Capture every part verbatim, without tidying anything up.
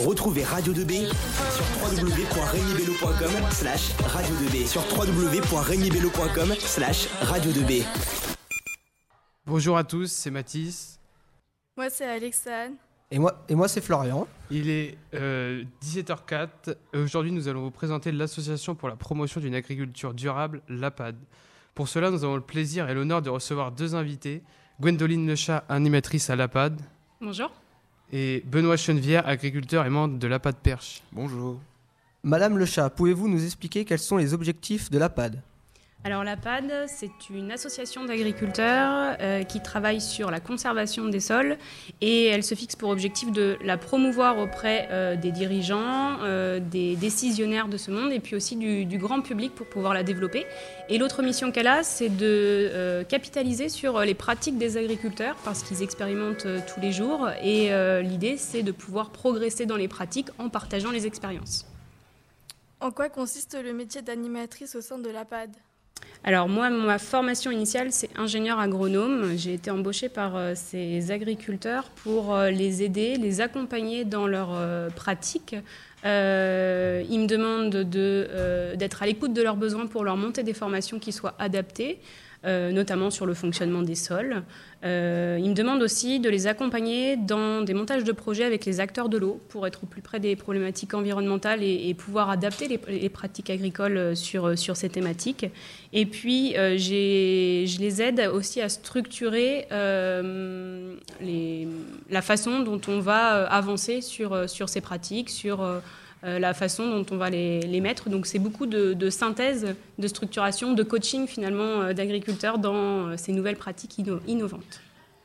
Retrouvez Radio deux B sur w w w point rémi bello point com slash radio deux b sur w w w point rémi bello point com slash radio deux b. Bonjour à tous, c'est Mathis. Moi, c'est Alexandre. Et moi, et moi c'est Florian. Il est euh, dix-sept heures quatre. Aujourd'hui, nous allons vous présenter l'Association pour la promotion d'une agriculture durable, l'APAD. Pour cela, nous avons le plaisir et l'honneur de recevoir deux invités. Gwendoline Lechat, animatrice à l'APAD. Bonjour. Et Benoît Chenevière, agriculteur et membre de l'APAD Perche. Bonjour. Madame Lechat, pouvez-vous nous expliquer quels sont les objectifs de l'APAD ? Alors l'APAD, c'est une association d'agriculteurs euh, qui travaille sur la conservation des sols et elle se fixe pour objectif de la promouvoir auprès euh, des dirigeants, euh, des décisionnaires de ce monde et puis aussi du, du grand public pour pouvoir la développer. Et l'autre mission qu'elle a, c'est de euh, capitaliser sur les pratiques des agriculteurs parce qu'ils expérimentent euh, tous les jours et euh, l'idée, c'est de pouvoir progresser dans les pratiques en partageant les expériences. En quoi consiste le métier d'animatrice au sein de l'APAD ? Alors moi, ma formation initiale, c'est ingénieur agronome. J'ai été embauchée par euh, ces agriculteurs pour euh, les aider, les accompagner dans leurs euh, pratiques. Euh, ils me demandent de, euh, d'être à l'écoute de leurs besoins pour leur monter des formations qui soient adaptées, euh, notamment sur le fonctionnement des sols. Euh, ils me demandent aussi de les accompagner dans des montages de projets avec les acteurs de l'eau pour être au plus près des problématiques environnementales et, et pouvoir adapter les, les pratiques agricoles sur, sur ces thématiques. Et puis, euh, j'ai, je les aide aussi à structurer euh, les, la façon dont on va avancer sur, sur ces pratiques, sur euh, la façon dont on va les, les mettre. Donc, c'est beaucoup de, de synthèse, de structuration, de coaching finalement d'agriculteurs dans ces nouvelles pratiques inno- innovantes.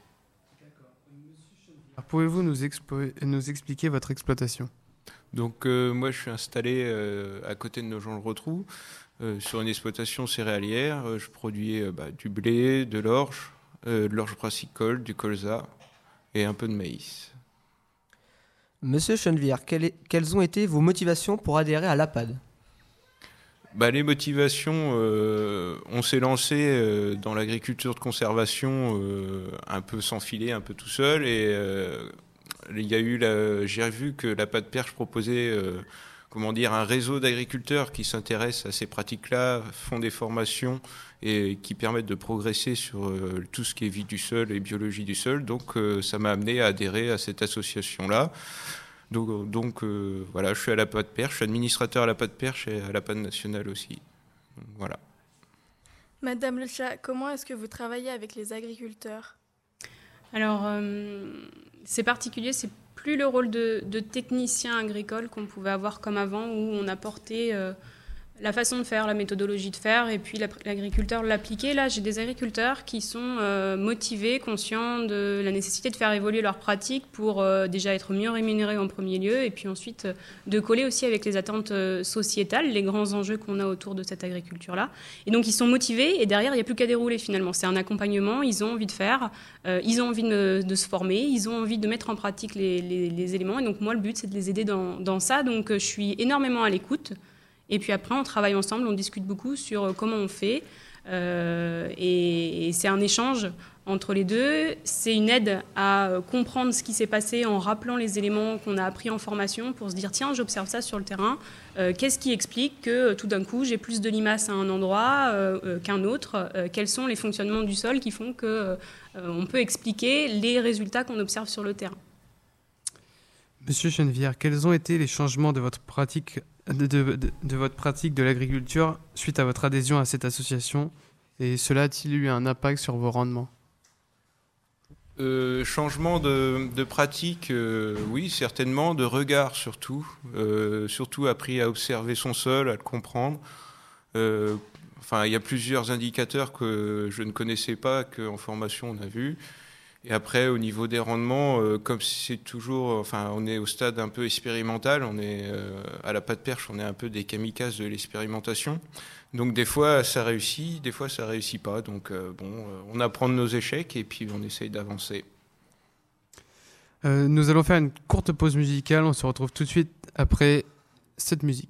Alors, pouvez-vous nous, expo- nous expliquer votre exploitation ? Donc euh, moi je suis installé euh, à côté de Nogent-le-Rotrou euh, sur une exploitation céréalière. Euh, je produis euh, bah, du blé, de l'orge, euh, de l'orge brassicole, du colza et un peu de maïs. Monsieur Chenevière, quelle est- quelles ont été vos motivations pour adhérer à l'APAD ? Bah, les motivations, euh, on s'est lancé euh, dans l'agriculture de conservation euh, un peu sans filet, un peu tout seul. Et euh, il y a eu la, j'ai vu que l'APAD Perche proposait euh, comment dire, un réseau d'agriculteurs qui s'intéressent à ces pratiques-là, font des formations et qui permettent de progresser sur euh, tout ce qui est vie du sol et biologie du sol. Donc euh, ça m'a amené à adhérer à cette association-là. Donc, donc euh, voilà, je suis à l'APAD Perche, je suis administrateur à l'APAD Perche et à l'APAD nationale aussi. Donc, voilà. Madame Lechat, comment est-ce que vous travaillez avec les agriculteurs ? Alors, euh, c'est particulier, c'est plus le rôle de, de technicien agricole qu'on pouvait avoir comme avant, où on apportait euh, la façon de faire, la méthodologie de faire, et puis la, l'agriculteur l'appliquait. Là, j'ai des agriculteurs qui sont euh, motivés, conscients de la nécessité de faire évoluer leurs pratiques pour euh, déjà être mieux rémunérés en premier lieu, et puis ensuite euh, de coller aussi avec les attentes euh, sociétales, les grands enjeux qu'on a autour de cette agriculture-là. Et donc, ils sont motivés, et derrière, il n'y a plus qu'à dérouler finalement. C'est un accompagnement, ils ont envie de faire, euh, ils ont envie de, de se former, ils ont envie de mettre en pratique les, les, les éléments, et donc moi, le but, c'est de les aider dans, dans ça. Donc, euh, je suis énormément à l'écoute. Et puis après, on travaille ensemble, on discute beaucoup sur comment on fait. Euh, et, et c'est un échange entre les deux. C'est une aide à comprendre ce qui s'est passé en rappelant les éléments qu'on a appris en formation pour se dire, tiens, j'observe ça sur le terrain. Euh, qu'est-ce qui explique que tout d'un coup, j'ai plus de limaces à un endroit euh, euh, qu'un autre euh, Quels sont les fonctionnements du sol qui font qu'on euh, peut expliquer les résultats qu'on observe sur le terrain ? Monsieur Chenevière, quels ont été les changements de votre pratique de, de, de, de votre pratique de l'agriculture suite à votre adhésion à cette association, et cela a-t-il eu un impact sur vos rendements ? Euh, changement de, de pratique, euh, oui, certainement, de regard surtout. Euh, surtout appris à observer son sol, à le comprendre. Euh, enfin, il y a plusieurs indicateurs que je ne connaissais pas, qu'en formation on a vu. Et après, au niveau des rendements, euh, comme c'est toujours, enfin, on est au stade un peu expérimental, on est euh, à l'APAD Perche, on est un peu des kamikazes de l'expérimentation. Donc des fois ça réussit, des fois ça réussit pas. Donc euh, bon, euh, on apprend de nos échecs et puis on essaye d'avancer. Euh, nous allons faire une courte pause musicale. On se retrouve tout de suite après cette musique.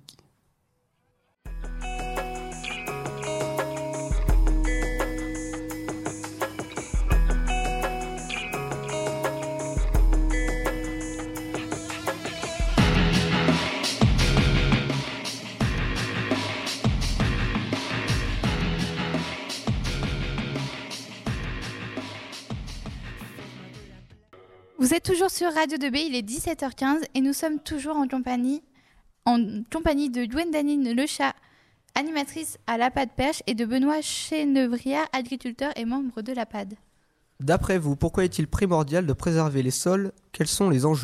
Vous êtes toujours sur Radio deux B, il est dix-sept heures quinze et nous sommes toujours en compagnie, en compagnie de Gwendoline Lechat, animatrice à l'APAD Perche, et de Benoît Chenevrière, agriculteur et membre de l'APAD. D'après vous, pourquoi est-il primordial de préserver les sols ? Quels sont les enjeux ?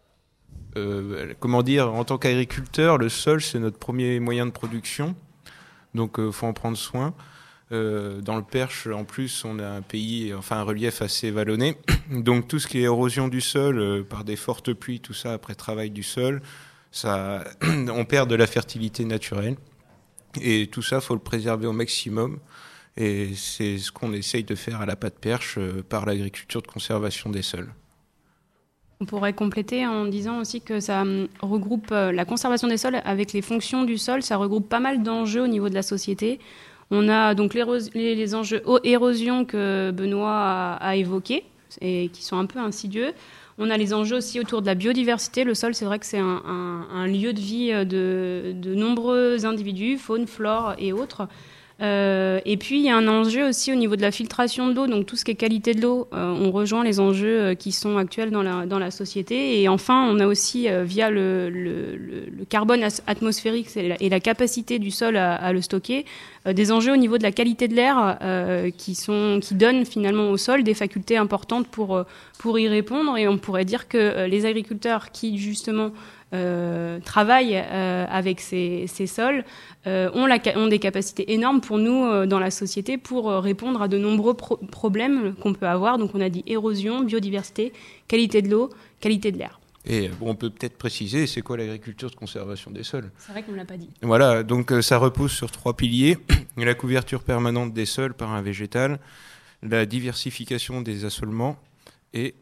euh, Comment dire, en tant qu'agriculteur, le sol, c'est notre premier moyen de production. Donc, il euh, faut en prendre soin. Euh, dans le Perche, en plus, on a un pays, enfin un relief assez vallonné. Donc, tout ce qui est érosion du sol, euh, par des fortes pluies, tout ça, après travail du sol, ça, on perd de la fertilité naturelle. Et tout ça, il faut le préserver au maximum. Et c'est ce qu'on essaye de faire à l'APAD Perche euh, par l'agriculture de conservation des sols. On pourrait compléter en disant aussi que ça hum, regroupe euh, la conservation des sols avec les fonctions du sol. Ça regroupe pas mal d'enjeux au niveau de la société. On a donc les, les enjeux érosion que Benoît a, a évoqués et qui sont un peu insidieux. On a les enjeux aussi autour de la biodiversité. Le sol, c'est vrai que c'est un, un, un lieu de vie de, de nombreux individus, faune, flore et autres. Euh, et puis, il y a un enjeu aussi au niveau de la filtration de l'eau, donc tout ce qui est qualité de l'eau. Euh, on rejoint les enjeux euh, qui sont actuels dans la, dans la société. Et enfin, on a aussi, euh, via le, le, le carbone atmosphérique et la, et la capacité du sol à, à le stocker, euh, des enjeux au niveau de la qualité de l'air euh, qui, sont, qui donnent finalement au sol des facultés importantes pour, pour y répondre. Et on pourrait dire que euh, les agriculteurs qui, justement, Euh, travaillent euh, avec ces, ces sols euh, ont, la, ont des capacités énormes pour nous euh, dans la société pour euh, répondre à de nombreux pro- problèmes qu'on peut avoir. Donc on a dit érosion, biodiversité, qualité de l'eau, qualité de l'air. Et bon, on peut peut-être préciser, c'est quoi l'agriculture de conservation des sols ? C'est vrai qu'on ne l'a pas dit. Voilà, donc euh, ça repose sur trois piliers. La couverture permanente des sols par un végétal, la diversification des assolements et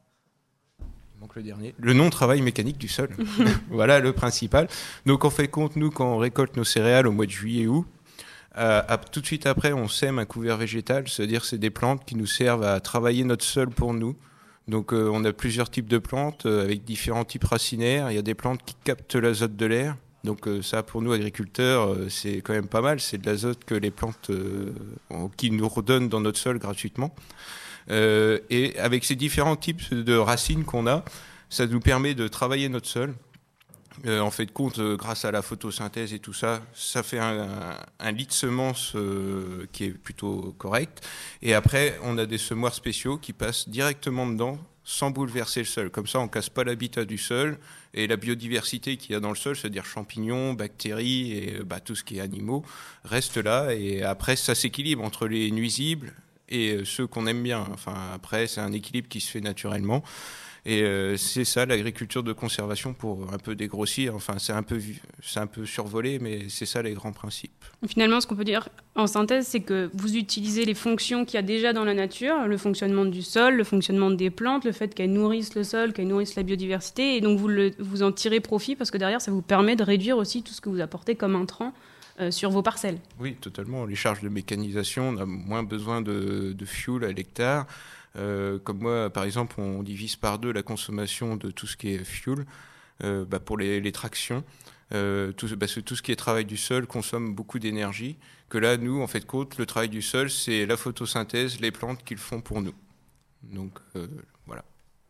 donc le dernier, le non-travail mécanique du sol. Voilà le principal. Donc on fait compte, nous, quand on récolte nos céréales au mois de juillet-août, euh, tout de suite après, on sème un couvert végétal, c'est-à-dire c'est des plantes qui nous servent à travailler notre sol pour nous. Donc euh, on a plusieurs types de plantes euh, avec différents types racinaires. Il y a des plantes qui captent l'azote de l'air. Donc euh, ça, pour nous, agriculteurs, euh, c'est quand même pas mal. C'est de l'azote que les plantes euh, qui nous redonnent dans notre sol gratuitement. Euh, et avec ces différents types de racines qu'on a, ça nous permet de travailler notre sol. Euh, en fait de compte, euh, grâce à la photosynthèse et tout ça, ça fait un, un, un lit de semences euh, qui est plutôt correct. Et après, on a des semoirs spéciaux qui passent directement dedans sans bouleverser le sol. Comme ça, on ne casse pas l'habitat du sol et la biodiversité qu'il y a dans le sol, c'est-à-dire champignons, bactéries et bah, tout ce qui est animaux, reste là. Et après, ça s'équilibre entre les nuisibles et ceux qu'on aime bien. Enfin, après, c'est un équilibre qui se fait naturellement. Et euh, c'est ça, l'agriculture de conservation, pour un peu dégrossir. Enfin, c'est un peu, c'est un peu survolé, mais c'est ça les grands principes. Finalement, ce qu'on peut dire en synthèse, c'est que vous utilisez les fonctions qu'il y a déjà dans la nature, le fonctionnement du sol, le fonctionnement des plantes, le fait qu'elles nourrissent le sol, qu'elles nourrissent la biodiversité, et donc vous, le, vous en tirez profit, parce que derrière, ça vous permet de réduire aussi tout ce que vous apportez comme intrant Euh, sur vos parcelles. Oui, totalement. Les charges de mécanisation, on a moins besoin de, de fuel à l'hectare. Euh, comme moi, par exemple, on divise par deux la consommation de tout ce qui est fuel euh, bah pour les, les tractions. Euh, tout, bah, tout ce qui est travail du sol consomme beaucoup d'énergie. Que là, nous, en fait, compte, le travail du sol, c'est la photosynthèse, les plantes qui le font pour nous. Donc, euh, voilà.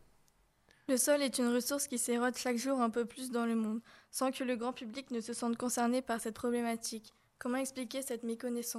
Le sol est une ressource qui s'érode chaque jour un peu plus dans le monde, sans que le grand public ne se sente concerné par cette problématique. Comment expliquer cette méconnaissance ?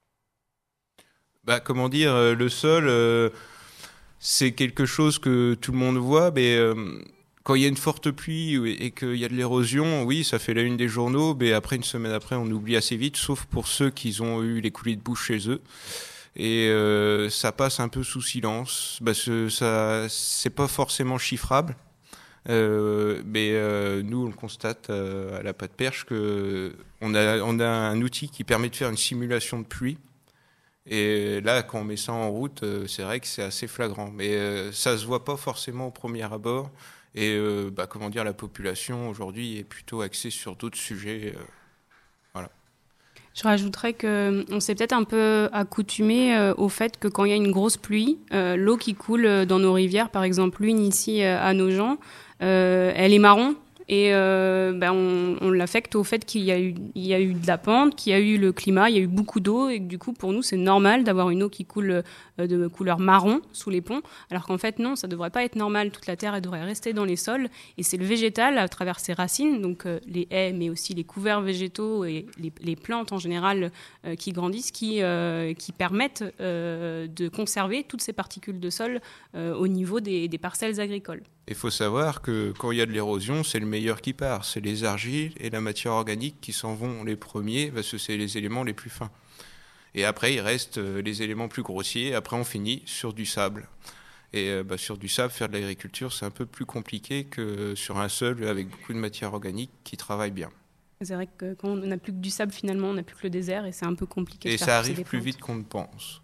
Bah, comment dire, euh, le sol, euh, c'est quelque chose que tout le monde voit, mais euh, quand il y a une forte pluie et qu'il y a de l'érosion, oui, ça fait la une des journaux, mais après, une semaine après, on oublie assez vite, sauf pour ceux qui ont eu les coulées de bouche chez eux. Et euh, ça passe un peu sous silence, parce que ça, c'est pas forcément chiffrable. Euh, mais euh, nous, on constate euh, à l'APAD Perche qu'on a, on a un outil qui permet de faire une simulation de pluie. Et là, quand on met ça en route, euh, c'est vrai que c'est assez flagrant. Mais euh, ça se voit pas forcément au premier abord. Et euh, bah, comment dire, la population aujourd'hui est plutôt axée sur d'autres sujets. Euh, voilà. Je rajouterais qu'on s'est peut-être un peu accoutumé euh, au fait que quand il y a une grosse pluie, euh, l'eau qui coule dans nos rivières, par exemple l'une ici euh, à Nogent, euh, elle est marron. et euh, ben on, on l'affecte au fait qu'il y a eu, il y a eu de la pente, qu'il y a eu le climat, il y a eu beaucoup d'eau et que du coup pour nous c'est normal d'avoir une eau qui coule euh, de couleur marron sous les ponts, alors qu'en fait non, ça devrait pas être normal. Toute la terre elle devrait rester dans les sols et c'est le végétal à travers ses racines, donc euh, les haies mais aussi les couverts végétaux et les, les plantes en général euh, qui grandissent, qui, euh, qui permettent euh, de conserver toutes ces particules de sol euh, au niveau des, des parcelles agricoles. Il faut savoir que quand il y a de l'érosion, c'est le meilleur qui part. C'est les argiles et la matière organique qui s'en vont les premiers, parce que c'est les éléments les plus fins. Et après, il reste les éléments plus grossiers. Après, on finit sur du sable. Et bah, sur du sable, faire de l'agriculture, c'est un peu plus compliqué que sur un sol avec beaucoup de matière organique qui travaille bien. C'est vrai que quand on n'a plus que du sable, finalement, on n'a plus que le désert et c'est un peu compliqué. Et de faire ça pousser arrive des plus plantes. vite qu'on ne pense.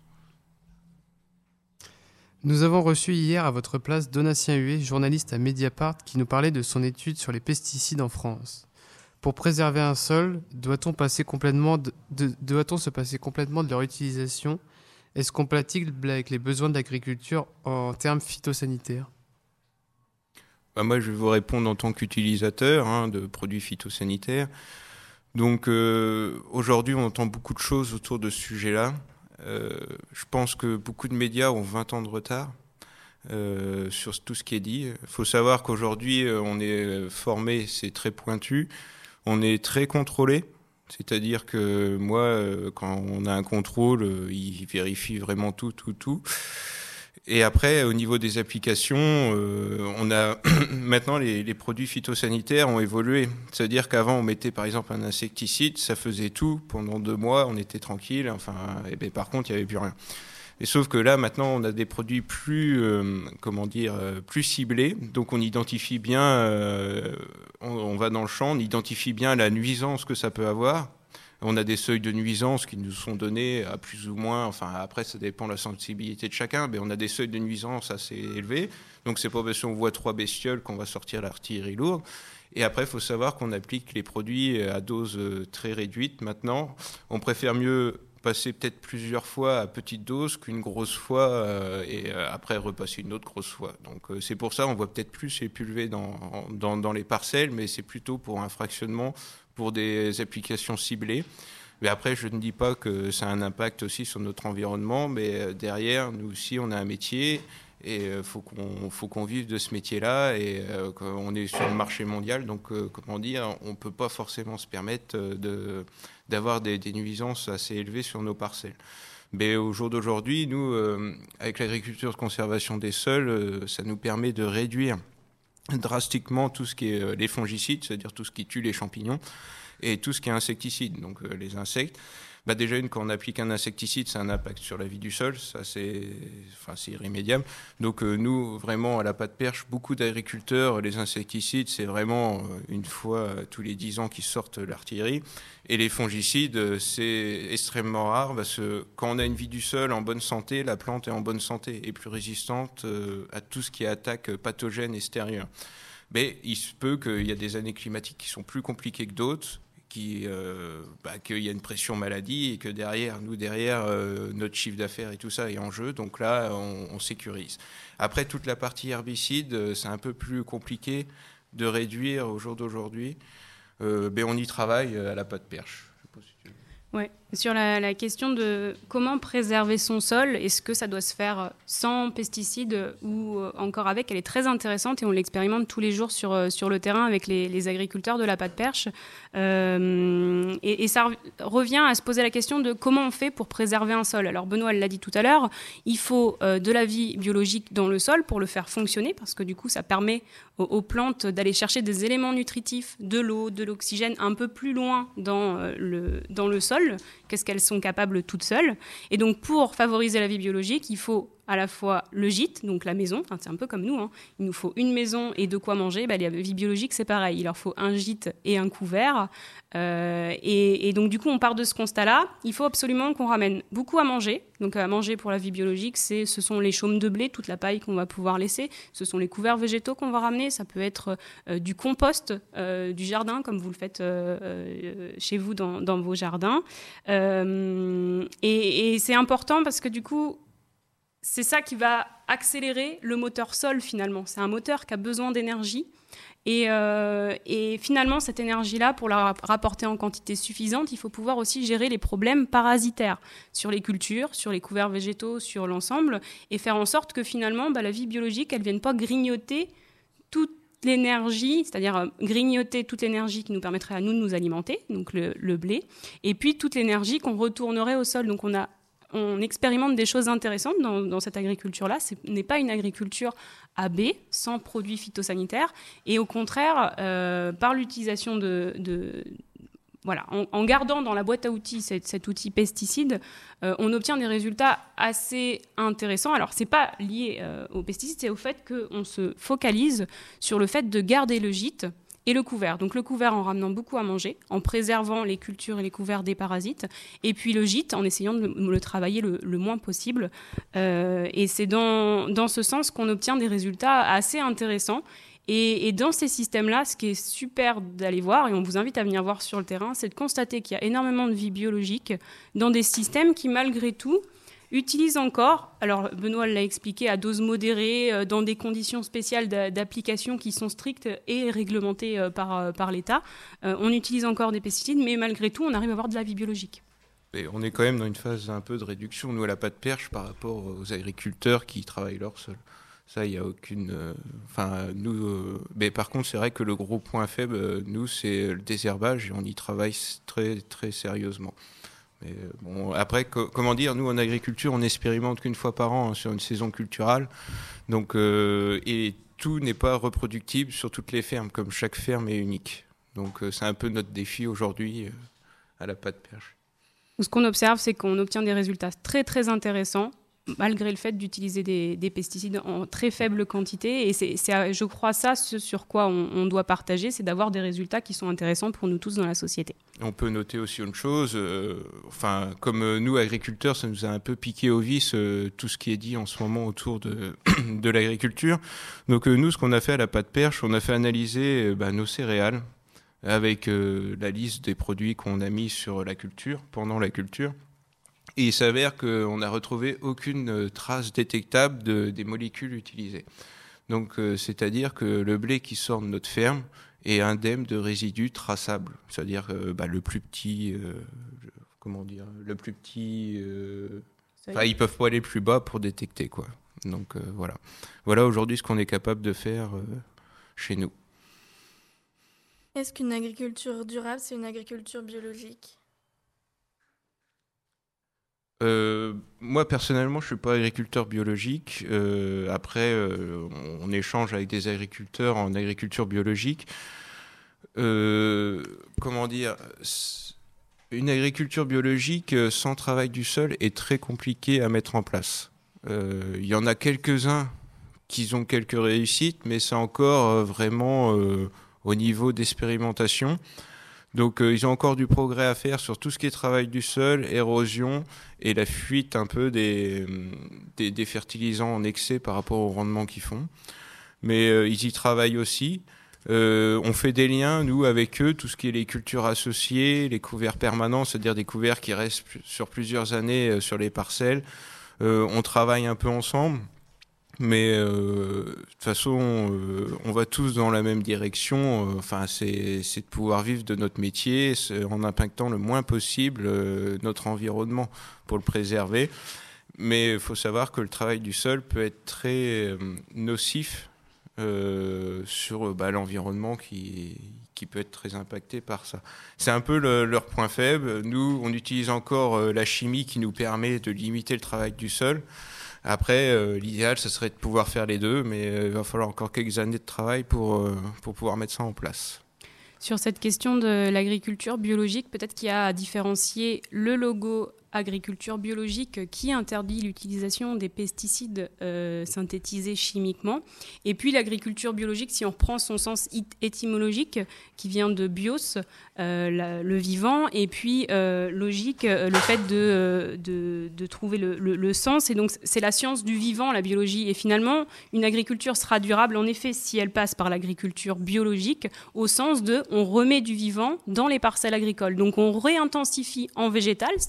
Nous avons reçu hier à votre place Donatien Huet, journaliste à Mediapart, qui nous parlait de son étude sur les pesticides en France. Pour préserver un sol, doit-on passer complètement de, de, doit-on se passer complètement de leur utilisation ? Est-ce compatible avec les besoins de l'agriculture en termes phytosanitaires ? Bah moi, je vais vous répondre en tant qu'utilisateur hein, de produits phytosanitaires. Donc, euh, aujourd'hui, on entend beaucoup de choses autour de ce sujet-là. Euh, je pense que beaucoup de médias ont vingt ans de retard euh, sur tout ce qui est dit. Il faut savoir qu'aujourd'hui, on est formé, c'est très pointu, on est très contrôlé. C'est-à-dire que moi, quand on a un contrôle, il vérifie vraiment tout, tout, tout. Et après, au niveau des applications, euh, on a maintenant les, les produits phytosanitaires ont évolué. C'est-à-dire qu'avant, on mettait par exemple un insecticide, ça faisait tout pendant deux mois, on était tranquille. Enfin, et ben, par contre, il n'y avait plus rien. Et sauf que là, maintenant, on a des produits plus, euh, comment dire, euh, plus ciblés. Donc, on identifie bien, euh, on, on va dans le champ, on identifie bien la nuisance que ça peut avoir. On a des seuils de nuisance qui nous sont donnés à plus ou moins, enfin après ça dépend de la sensibilité de chacun, mais on a des seuils de nuisance assez élevés. Donc c'est pas parce qu'on voit trois bestioles qu'on va sortir l'artillerie lourde. Et après, il faut savoir qu'on applique les produits à dose très réduite maintenant. On préfère mieux passer peut-être plusieurs fois à petite dose qu'une grosse fois euh, et après repasser une autre grosse fois. Donc euh, c'est pour ça on voit peut-être plus les pulvées dans, dans, dans les parcelles, mais c'est plutôt pour un fractionnement, pour des applications ciblées. Mais après, je ne dis pas que ça a un impact aussi sur notre environnement, mais derrière, nous aussi, on a un métier et il faut qu'on, faut qu'on vive de ce métier-là et euh, on est sur le marché mondial, donc euh, comment dire, on ne peut pas forcément se permettre de, d'avoir des, des nuisances assez élevées sur nos parcelles. Mais au jour d'aujourd'hui, nous, euh, avec l'agriculture de conservation des sols, euh, ça nous permet de réduire drastiquement tout ce qui est euh, les fongicides, c'est-à-dire tout ce qui tue les champignons, et tout ce qui est insecticide, donc euh, les insectes. Bah déjà, une, quand on applique un insecticide, c'est un impact sur la vie du sol, ça c'est, enfin, c'est irrémédiable. Donc euh, nous, vraiment, à la Pas de Perche, beaucoup d'agriculteurs, les insecticides, c'est vraiment euh, une fois euh, tous les dix ans qu'ils sortent l'artillerie. Et les fongicides, euh, c'est extrêmement rare, parce que quand on a une vie du sol en bonne santé, la plante est en bonne santé et plus résistante euh, à tout ce qui est attaque pathogène extérieure. Mais il se peut qu'il y a des années climatiques qui sont plus compliquées que d'autres, qui, euh, bah, qu'il y a une pression maladie et que derrière, nous, derrière, euh, notre chiffre d'affaires et tout ça est en jeu. Donc là, on, on sécurise. Après, toute la partie herbicide, c'est un peu plus compliqué de réduire au jour d'aujourd'hui. Euh, mais on y travaille à la Pas de Perche. Je sais pas si tu veux. Ouais. Sur la, la question de comment préserver son sol, est-ce que ça doit se faire sans pesticides ou encore avec, elle est très intéressante et on l'expérimente tous les jours sur, sur le terrain avec les, les agriculteurs de la Pas de Perche. Euh, et, et ça revient à se poser la question de comment on fait pour préserver un sol. Alors Benoît l'a dit tout à l'heure, il faut euh, de la vie biologique dans le sol pour le faire fonctionner parce que du coup ça permet aux, aux plantes d'aller chercher des éléments nutritifs, de l'eau, de l'oxygène un peu plus loin dans, euh, le, dans le sol, qu'est-ce qu'elles sont capables toutes seules. Et donc, pour favoriser la vie biologique, il faut à la fois le gîte, donc la maison, enfin, c'est un peu comme nous, hein. Il nous faut une maison et de quoi manger. Bah, la vie biologique, c'est pareil. Il leur faut un gîte et un couvert. Euh, et, et donc, du coup, on part de ce constat-là. Il faut absolument qu'on ramène beaucoup à manger. Donc, à manger pour la vie biologique, c'est, ce sont les chaumes de blé, toute la paille qu'on va pouvoir laisser. Ce sont les couverts végétaux qu'on va ramener. Ça peut être euh, du compost euh, du jardin, comme vous le faites euh, euh, chez vous dans, dans vos jardins. Euh, et, et c'est important parce que, du coup, c'est ça qui va accélérer le moteur sol finalement. C'est un moteur qui a besoin d'énergie Et, euh, et finalement, cette énergie-là, pour la rapporter en quantité suffisante, il faut pouvoir aussi gérer les problèmes parasitaires sur les cultures, sur les couverts végétaux, sur l'ensemble, et faire en sorte que finalement, bah, la vie biologique, elle ne vienne pas grignoter toute l'énergie, c'est-à-dire euh, grignoter toute l'énergie qui nous permettrait à nous de nous alimenter, donc le, le blé, et puis toute l'énergie qu'on retournerait au sol. Donc on a On expérimente des choses intéressantes dans, dans cette agriculture-là. Ce n'est pas une agriculture A B, sans produits phytosanitaires. Et au contraire, euh, par l'utilisation de... de voilà, en, en gardant dans la boîte à outils cet, cet outil pesticide, euh, on obtient des résultats assez intéressants. Alors, ce n'est pas lié euh, aux pesticides, c'est au fait qu'on se focalise sur le fait de garder le gîte et le couvert. Donc le couvert en ramenant beaucoup à manger, en préservant les cultures et les couverts des parasites, et puis le gîte en essayant de le, le travailler le, le moins possible. Euh, et c'est dans, dans ce sens qu'on obtient des résultats assez intéressants. Et, et dans ces systèmes-là, ce qui est super d'aller voir, et on vous invite à venir voir sur le terrain, c'est de constater qu'il y a énormément de vie biologique dans des systèmes qui, malgré tout, utilisent encore, alors Benoît l'a expliqué, à dose modérée, euh, dans des conditions spéciales d'a- d'application qui sont strictes et réglementées euh, par, euh, par l'État. Euh, on utilise encore des pesticides, mais malgré tout, on arrive à avoir de la vie biologique. Et on est quand même dans une phase un peu de réduction, nous, à la pâte perche, par rapport aux agriculteurs qui travaillent leur sol. Ça, il n'y a aucune... Enfin, euh, nous... Euh, mais par contre, c'est vrai que le gros point faible, euh, nous, c'est le désherbage, et on y travaille très, très sérieusement. Mais bon, après, co- comment dire, nous en agriculture, on n'expérimente qu'une fois par an hein, sur une saison culturale, donc euh, et tout n'est pas reproductible sur toutes les fermes, comme chaque ferme est unique. Donc euh, c'est un peu notre défi aujourd'hui euh, à la pâte perche. Ce qu'on observe, c'est qu'on obtient des résultats très très intéressants, malgré le fait d'utiliser des, des pesticides en très faible quantité. Et c'est, c'est, je crois, ça ce sur quoi on, on doit partager, c'est d'avoir des résultats qui sont intéressants pour nous tous dans la société. On peut noter aussi une chose, euh, enfin, comme euh, nous, agriculteurs, ça nous a un peu piqué au vice euh, tout ce qui est dit en ce moment autour de, de l'agriculture. Donc euh, nous, ce qu'on a fait à la pâte perche, on a fait analyser euh, bah, nos céréales avec euh, la liste des produits qu'on a mis sur la culture, pendant la culture. Et il s'avère qu'on n'a retrouvé aucune trace détectable de, des molécules utilisées. Donc, euh, c'est-à-dire que le blé qui sort de notre ferme est indemne de résidus traçables. C'est-à-dire euh, bah, le plus petit, euh, comment dire, le plus petit. Euh, enfin, ils peuvent pas aller plus bas pour détecter, quoi. Donc euh, voilà. Voilà aujourd'hui ce qu'on est capable de faire euh, chez nous. Est-ce qu'une agriculture durable, c'est une agriculture biologique ? Euh, moi personnellement, je suis pas agriculteur biologique. Euh, après, euh, on, on échange avec des agriculteurs en agriculture biologique. Euh, comment dire, une agriculture biologique sans travail du sol est très compliquée à mettre en place. Euh, il y en a quelques-uns qui ont quelques réussites, mais c'est encore euh, vraiment euh, au niveau d'expérimentation. Donc euh, ils ont encore du progrès à faire sur tout ce qui est travail du sol, érosion et la fuite un peu des, des, des fertilisants en excès par rapport au rendement qu'ils font. Mais euh, ils y travaillent aussi. Euh, on fait des liens, nous, avec eux, tout ce qui est les cultures associées, les couverts permanents, c'est-à-dire des couverts qui restent sur plusieurs années euh, sur les parcelles. Euh, on travaille un peu ensemble. Mais euh, de toute façon, euh, on va tous dans la même direction. Euh, enfin, c'est, c'est de pouvoir vivre de notre métier en impactant le moins possible euh, notre environnement pour le préserver. Mais il faut savoir que le travail du sol peut être très euh, nocif euh, sur bah, l'environnement qui, qui peut être très impacté par ça. C'est un peu le, leur point faible. Nous, on utilise encore euh, la chimie qui nous permet de limiter le travail du sol. Après, euh, l'idéal, ce serait de pouvoir faire les deux, mais euh, il va falloir encore quelques années de travail pour, euh, pour pouvoir mettre ça en place. Sur cette question de l'agriculture biologique, peut-être qu'il y a à différencier le logo agriculture biologique qui interdit l'utilisation des pesticides euh, synthétisés chimiquement, et puis l'agriculture biologique, si on reprend son sens étymologique, qui vient de bios, euh, la, le vivant, et puis euh, logique, euh, le fait de, de, de trouver le, le, le sens, et donc c'est la science du vivant, la biologie, et finalement une agriculture sera durable en effet si elle passe par l'agriculture biologique, au sens de on remet du vivant dans les parcelles agricoles, donc on réintensifie en végétal, c'est-à-dire que quand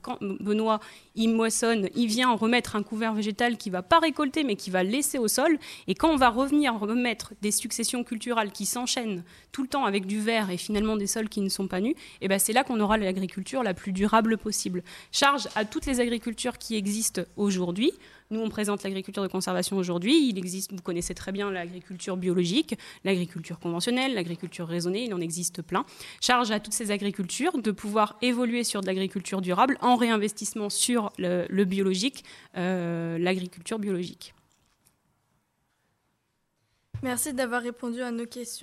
quand Benoît, il moissonne, il vient remettre un couvert végétal qu'il ne va pas récolter, mais qu'il va laisser au sol. Et quand on va revenir remettre des successions culturales qui s'enchaînent tout le temps avec du vert et finalement des sols qui ne sont pas nus, et ben c'est là qu'on aura l'agriculture la plus durable possible. Charge à toutes les agricultures qui existent aujourd'hui. Nous, on présente l'agriculture de conservation aujourd'hui. Il existe, vous connaissez très bien l'agriculture biologique, l'agriculture conventionnelle, l'agriculture raisonnée, il en existe plein. Charge à toutes ces agricultures de pouvoir évoluer sur de l'agriculture durable en réinvestissement sur le, le biologique, euh, l'agriculture biologique. Merci d'avoir répondu à nos questions.